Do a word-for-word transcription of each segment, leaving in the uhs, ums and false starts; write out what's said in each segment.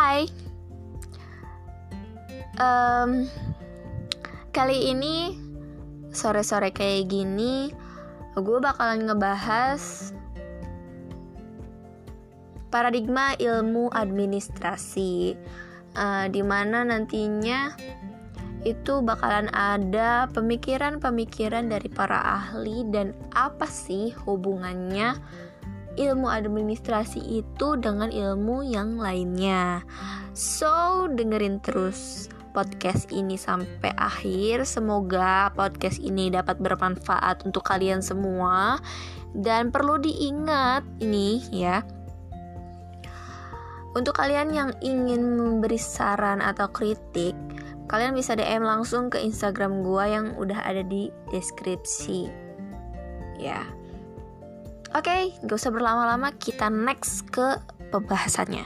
Hai, um, kali ini sore-sore kayak gini gue bakalan ngebahas paradigma ilmu administrasi, uh, dimana nantinya itu bakalan ada pemikiran-pemikiran dari para ahli dan apa sih hubungannya ilmu administrasi itu dengan ilmu yang lainnya. So, dengerin terus podcast ini sampai akhir. Semoga podcast ini dapat bermanfaat untuk kalian semua. Dan perlu diingat ini ya, untuk kalian yang ingin memberi saran atau kritik, kalian bisa D M langsung ke Instagram gua yang udah ada di deskripsi. Ya. Oke, okay, gak usah berlama-lama, kita next ke pembahasannya.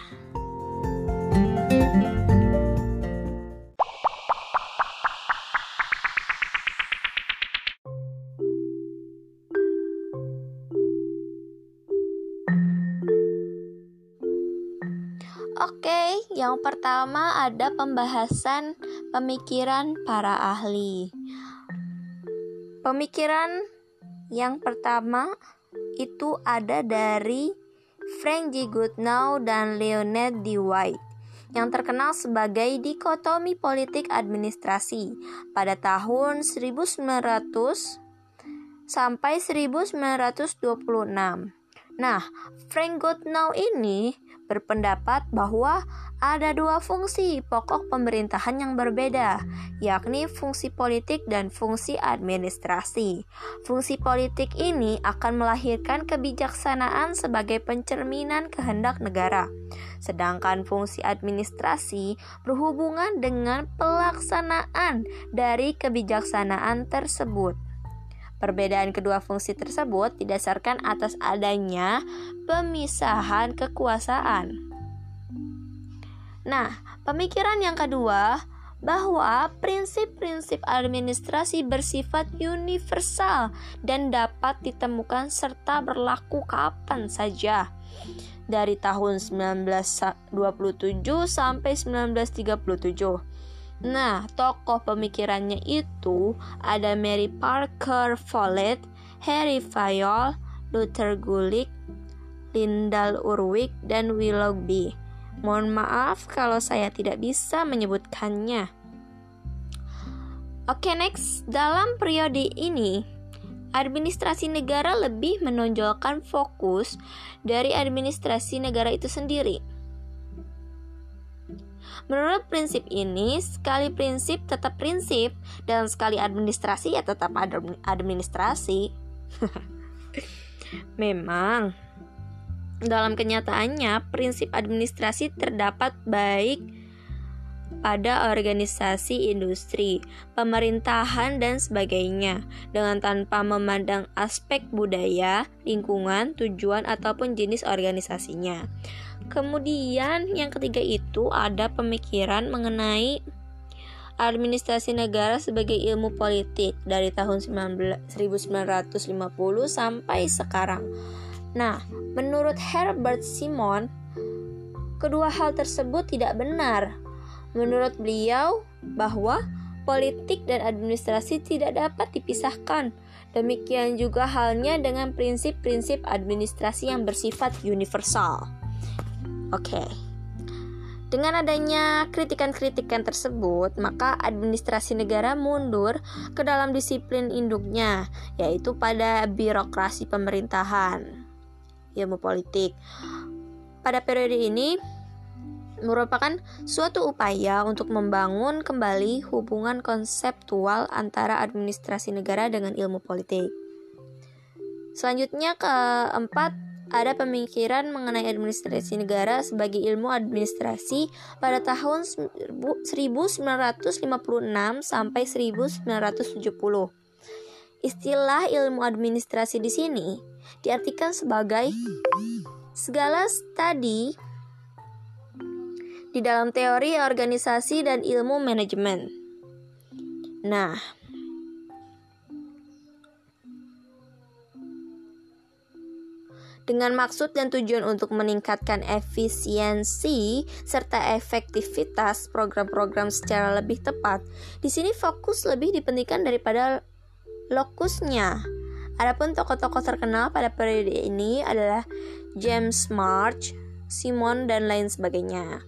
Oke, okay, yang pertama ada pembahasan pemikiran para ahli. Pemikiran yang pertama itu ada dari Frank J. Goodnow dan Leonard D. White yang terkenal sebagai dikotomi politik administrasi pada tahun seribu sembilan ratus sampai seribu sembilan ratus dua puluh enam. Nah, Frank Goodnow ini berpendapat bahwa ada dua fungsi pokok pemerintahan yang berbeda, yakni fungsi politik dan fungsi administrasi. Fungsi politik ini akan melahirkan kebijaksanaan sebagai pencerminan kehendak negara, sedangkan fungsi administrasi berhubungan dengan pelaksanaan dari kebijaksanaan tersebut. Perbedaan kedua fungsi tersebut didasarkan atas adanya pemisahan kekuasaan. Nah, pemikiran yang kedua bahwa prinsip-prinsip administrasi bersifat universal dan dapat ditemukan serta berlaku kapan saja. Dari tahun sembilan belas dua puluh tujuh sampai sembilan belas tiga puluh tujuh. Nah, tokoh pemikirannya itu ada Mary Parker Follett, Harry Fayol, Luther Gulick, Lyndall Urwig, dan Willoughby. Mohon maaf kalau saya tidak bisa menyebutkannya. Oke, next. Dalam periode ini, administrasi negara lebih menonjolkan fokus dari administrasi negara itu sendiri. Menurut prinsip ini, sekali prinsip tetap prinsip, dan sekali administrasi ya tetap administrasi. Memang, dalam kenyataannya, prinsip administrasi terdapat baik pada organisasi industri, pemerintahan, dan sebagainya, dengan tanpa memandang aspek budaya, lingkungan, tujuan, ataupun jenis organisasinya. Kemudian yang ketiga itu ada pemikiran mengenai administrasi negara sebagai ilmu politik dari tahun seribu sembilan ratus lima puluh sampai sekarang. Nah, menurut Herbert Simon, kedua hal tersebut tidak benar. Menurut beliau bahwa politik dan administrasi tidak dapat dipisahkan. Demikian juga halnya dengan prinsip-prinsip administrasi yang bersifat universal. Oke, okay. Dengan adanya kritikan-kritikan tersebut, maka administrasi negara mundur ke dalam disiplin induknya, yaitu pada birokrasi pemerintahan, ilmu politik. Pada periode ini merupakan suatu upaya untuk membangun kembali hubungan konseptual antara administrasi negara dengan ilmu politik. Selanjutnya keempat, ada pemikiran mengenai administrasi negara sebagai ilmu administrasi pada tahun seribu sembilan ratus lima puluh enam sampai seribu sembilan ratus tujuh puluh. Istilah ilmu administrasi di sini diartikan sebagai segala studi di dalam teori organisasi dan ilmu manajemen. Nah, dengan maksud dan tujuan untuk meningkatkan efisiensi serta efektivitas program-program secara lebih tepat. Di sini fokus lebih dipentingkan daripada lokusnya. Adapun tokoh-tokoh terkenal pada periode ini adalah James March, Simon, dan lain sebagainya.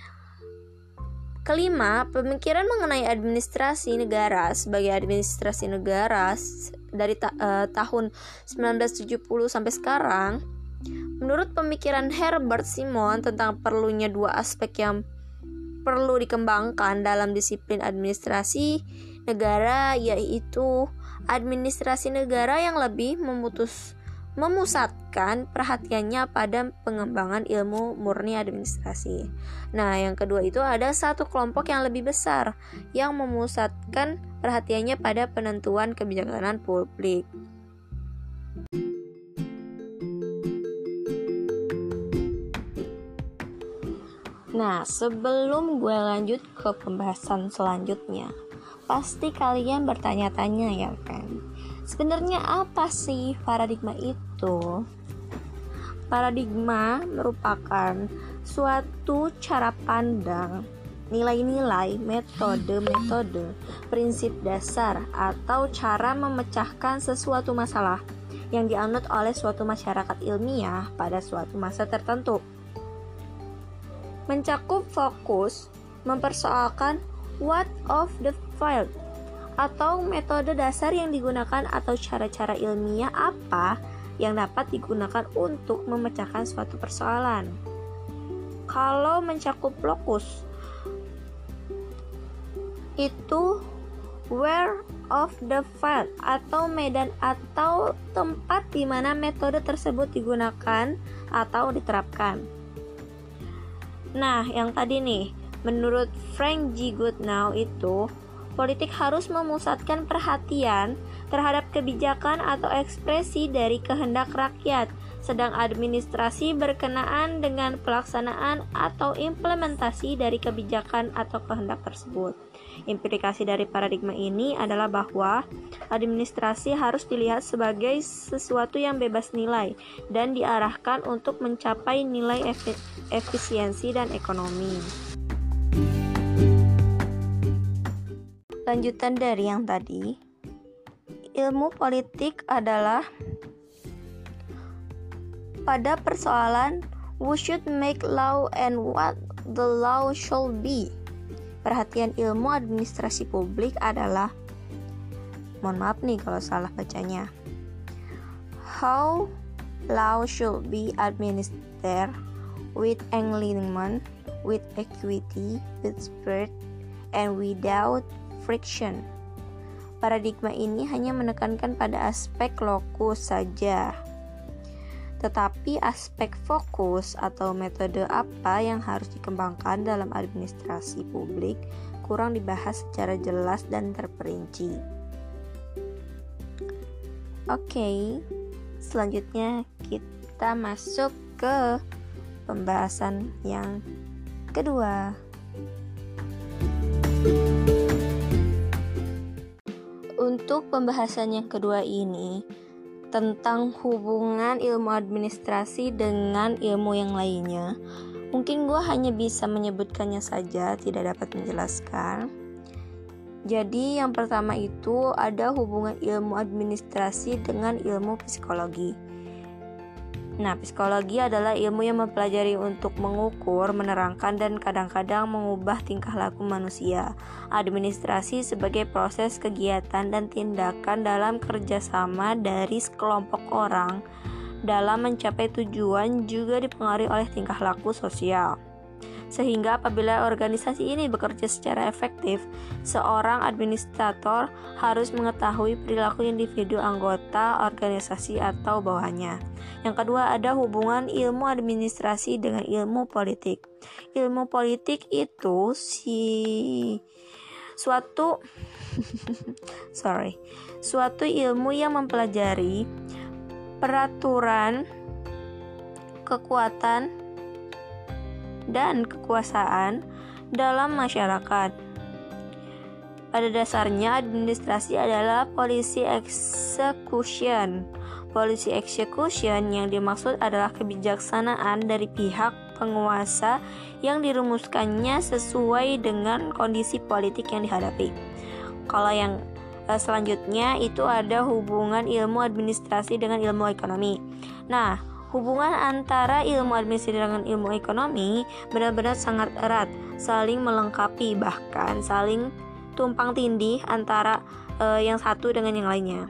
Kelima, pemikiran mengenai administrasi negara sebagai administrasi negara dari ta- uh, tahun sembilan belas tujuh puluh sampai sekarang. Menurut pemikiran Herbert Simon tentang perlunya dua aspek yang perlu dikembangkan dalam disiplin administrasi negara, yaitu administrasi negara yang lebih memutus memusatkan perhatiannya pada pengembangan ilmu murni administrasi. Nah, yang kedua itu ada satu kelompok yang lebih besar yang memusatkan perhatiannya pada penentuan kebijakan publik. Nah, sebelum gue lanjut ke pembahasan selanjutnya, pasti kalian bertanya-tanya ya kan? Sebenarnya apa sih paradigma itu? Paradigma merupakan suatu cara pandang, nilai-nilai, metode-metode, prinsip dasar, atau cara memecahkan sesuatu masalah yang dianut oleh suatu masyarakat ilmiah pada suatu masa tertentu. Mencakup fokus, mempersoalkan what of the field, atau metode dasar yang digunakan atau cara-cara ilmiah apa yang dapat digunakan untuk memecahkan suatu persoalan. Kalau mencakup lokus, itu where of the field atau medan atau tempat di mana metode tersebut digunakan atau diterapkan. Nah, yang tadi nih, menurut Frank G. Goodnow itu politik harus memusatkan perhatian terhadap kebijakan atau ekspresi dari kehendak rakyat, sedang administrasi berkenaan dengan pelaksanaan atau implementasi dari kebijakan atau kehendak tersebut. Implikasi dari paradigma ini adalah bahwa administrasi harus dilihat sebagai sesuatu yang bebas nilai dan diarahkan untuk mencapai nilai efisiensi dan ekonomi. Lanjutan dari yang tadi, ilmu politik adalah pada persoalan who should make law and what the law should be. Perhatian ilmu administrasi publik adalah, mohon maaf nih kalau salah bacanya, how law should be administered with alignment, with equity, with spirit, and without friction. Paradigma ini hanya menekankan pada aspek lokus saja, tetapi aspek fokus atau metode apa yang harus dikembangkan dalam administrasi publik kurang dibahas secara jelas dan terperinci. Oke, selanjutnya kita masuk ke pembahasan yang kedua. Untuk pembahasan yang kedua ini tentang hubungan ilmu administrasi dengan ilmu yang lainnya, mungkin gue hanya bisa menyebutkannya saja, tidak dapat menjelaskan. Jadi yang pertama itu ada hubungan ilmu administrasi dengan ilmu psikologi. Nah, psikologi adalah ilmu yang mempelajari untuk mengukur, menerangkan, dan kadang-kadang mengubah tingkah laku manusia. Administrasi sebagai proses kegiatan dan tindakan dalam kerjasama dari sekelompok orang dalam mencapai tujuan juga dipengaruhi oleh tingkah laku sosial. Sehingga apabila organisasi ini bekerja secara efektif, seorang administrator harus mengetahui perilaku individu anggota organisasi atau bawahannya. Yang kedua ada hubungan ilmu administrasi dengan ilmu politik. Ilmu politik itu si suatu sorry, suatu ilmu yang mempelajari peraturan, kekuatan, dan kekuasaan dalam masyarakat. Pada dasarnya administrasi adalah policy execution, Policy execution yang dimaksud adalah kebijaksanaan dari pihak penguasa yang dirumuskannya sesuai dengan kondisi politik yang dihadapi. Kalau yang eh, selanjutnya itu ada hubungan ilmu administrasi dengan ilmu ekonomi. Nah, hubungan antara ilmu administrasi dengan ilmu ekonomi benar-benar sangat erat, saling melengkapi, bahkan saling tumpang tindih antara eh, yang satu dengan yang lainnya.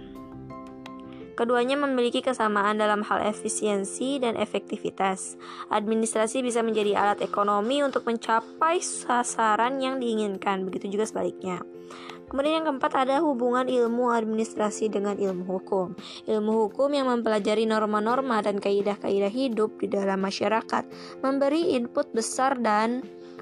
Keduanya memiliki kesamaan dalam hal efisiensi dan efektivitas. Administrasi bisa menjadi alat ekonomi untuk mencapai sasaran yang diinginkan, begitu juga sebaliknya. Kemudian yang keempat ada hubungan ilmu administrasi dengan ilmu hukum. Ilmu hukum yang mempelajari norma-norma dan kaidah-kaidah hidup di dalam masyarakat memberi input besar dan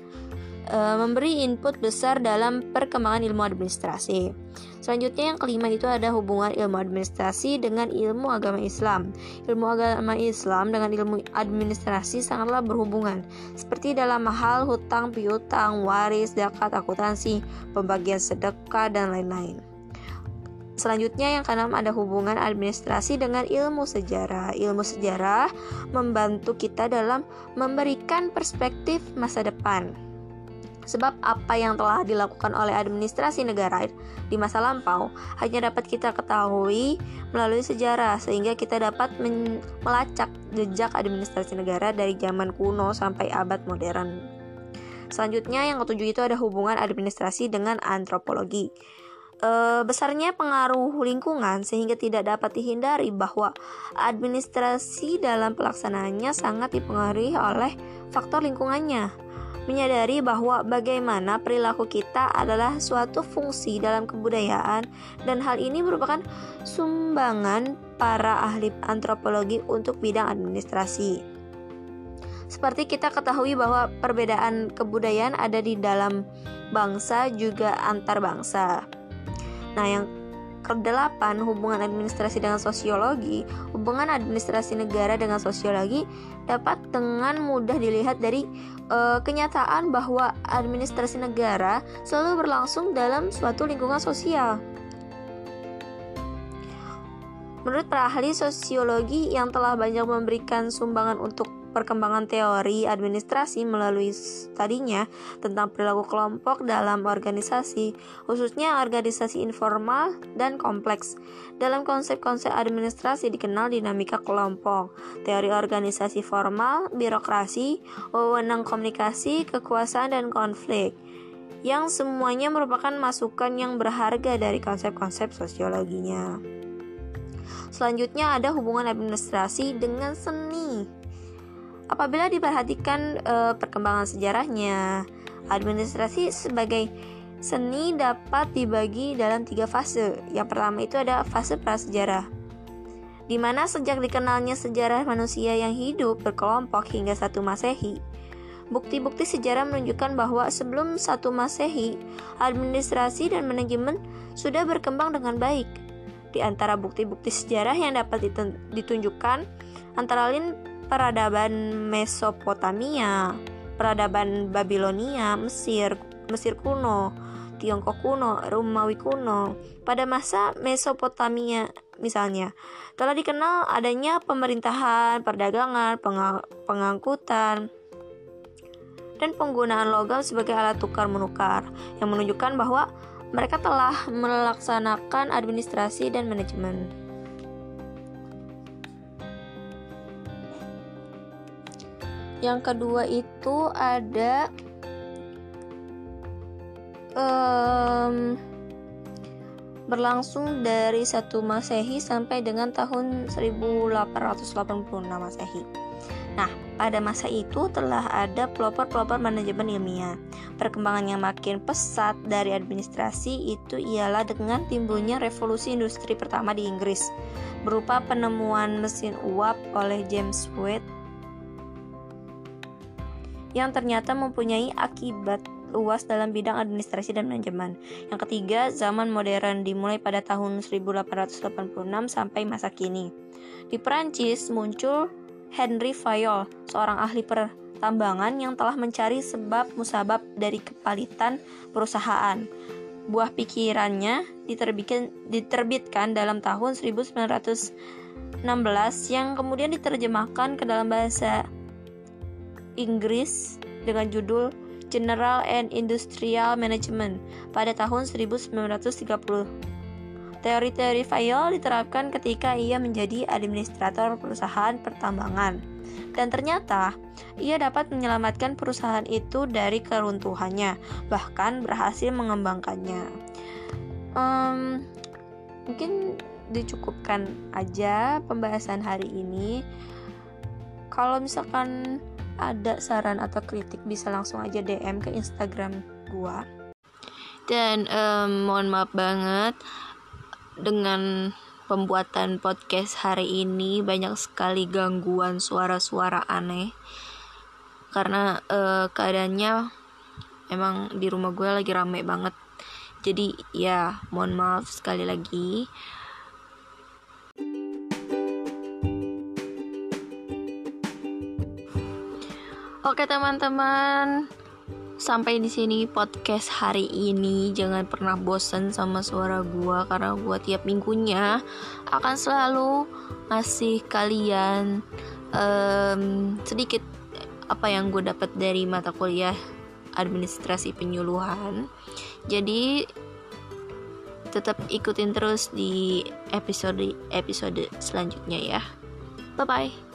e, memberi input besar dalam perkembangan ilmu administrasi. Selanjutnya yang kelima itu ada hubungan ilmu administrasi dengan ilmu agama Islam. Ilmu agama Islam dengan ilmu administrasi sangatlah berhubungan, seperti dalam hal hutang piutang, waris, zakat, akuntansi, pembagian sedekah, dan lain-lain. Selanjutnya yang keenam ada hubungan administrasi dengan ilmu sejarah. Ilmu sejarah membantu kita dalam memberikan perspektif masa depan. Sebab apa yang telah dilakukan oleh administrasi negara di masa lampau hanya dapat kita ketahui melalui sejarah, sehingga kita dapat men- melacak jejak administrasi negara dari zaman kuno sampai abad modern. Selanjutnya yang ketujuh itu ada hubungan administrasi dengan antropologi. E, besarnya pengaruh lingkungan sehingga tidak dapat dihindari bahwa administrasi dalam pelaksanaannya sangat dipengaruhi oleh faktor lingkungannya. Menyadari bahwa bagaimana perilaku kita adalah suatu fungsi dalam kebudayaan, dan hal ini merupakan sumbangan para ahli antropologi untuk bidang administrasi. Seperti kita ketahui bahwa perbedaan kebudayaan ada di dalam bangsa juga antar bangsa. Nah, yang kedelapan, hubungan administrasi dengan sosiologi. Hubungan administrasi negara dengan sosiologi dapat dengan mudah dilihat dari e, kenyataan bahwa administrasi negara selalu berlangsung dalam suatu lingkungan sosial. Menurut para ahli sosiologi yang telah banyak memberikan sumbangan untuk perkembangan teori administrasi melalui studinya tentang perilaku kelompok dalam organisasi, khususnya organisasi informal dan kompleks. Dalam konsep-konsep administrasi dikenal dinamika kelompok, teori organisasi formal, birokrasi, wewenang komunikasi, kekuasaan, dan konflik, yang semuanya merupakan masukan yang berharga dari konsep-konsep sosiologinya. Selanjutnya ada hubungan administrasi dengan seni. Apabila diperhatikan e, perkembangan sejarahnya, administrasi sebagai seni dapat dibagi dalam tiga fase. Yang pertama itu ada fase prasejarah, di mana sejak dikenalnya sejarah manusia yang hidup berkelompok hingga satu Masehi, bukti-bukti sejarah menunjukkan bahwa sebelum satu Masehi, administrasi dan manajemen sudah berkembang dengan baik. Di antara bukti-bukti sejarah yang dapat ditunjukkan antara lain peradaban Mesopotamia, peradaban Babilonia, Mesir, Mesir kuno, Tiongkok kuno, Romawi kuno. Pada masa Mesopotamia misalnya, telah dikenal adanya pemerintahan, perdagangan, pengang- pengangkutan, dan penggunaan logam sebagai alat tukar menukar, yang menunjukkan bahwa mereka telah melaksanakan administrasi dan manajemen. Yang kedua itu ada um, berlangsung dari satu Masehi sampai dengan tahun seribu delapan ratus delapan puluh enam Masehi. Nah, pada masa itu telah ada pelopor-pelopor manajemen ilmiah. Perkembangan yang makin pesat dari administrasi itu ialah dengan timbulnya revolusi industri pertama di Inggris, berupa penemuan mesin uap oleh James Watt yang ternyata mempunyai akibat luas dalam bidang administrasi dan manajemen. Yang ketiga, zaman modern dimulai pada tahun seribu delapan ratus delapan puluh enam sampai masa kini. Di Perancis muncul Henry Fayol, seorang ahli pertambangan yang telah mencari sebab musabab dari kepalitan perusahaan. buah pikirannya diterbitkan, diterbitkan dalam tahun seribu sembilan ratus enam belas yang kemudian diterjemahkan ke dalam bahasa Inggris dengan judul General and Industrial Management pada tahun seribu sembilan ratus tiga puluh. Teori-teori Fayol diterapkan ketika ia menjadi administrator perusahaan pertambangan, dan ternyata ia dapat menyelamatkan perusahaan itu dari keruntuhannya, bahkan berhasil mengembangkannya. Um, mungkin dicukupkan aja pembahasan hari ini. Kalau misalkan ada saran atau kritik bisa langsung aja D M ke Instagram gua. Dan um, mohon maaf banget dengan pembuatan podcast hari ini banyak sekali gangguan suara-suara aneh karena uh, keadaannya emang di rumah gue lagi rame banget. Jadi ya mohon maaf sekali lagi. Oke teman-teman, sampai di sini podcast hari ini. Jangan pernah bosan sama suara gua, karena gua tiap minggunya akan selalu ngasih kalian um, sedikit apa yang gue dapat dari mata kuliah administrasi penyuluhan. Jadi tetap ikutin terus di episode episode selanjutnya ya. Bye bye.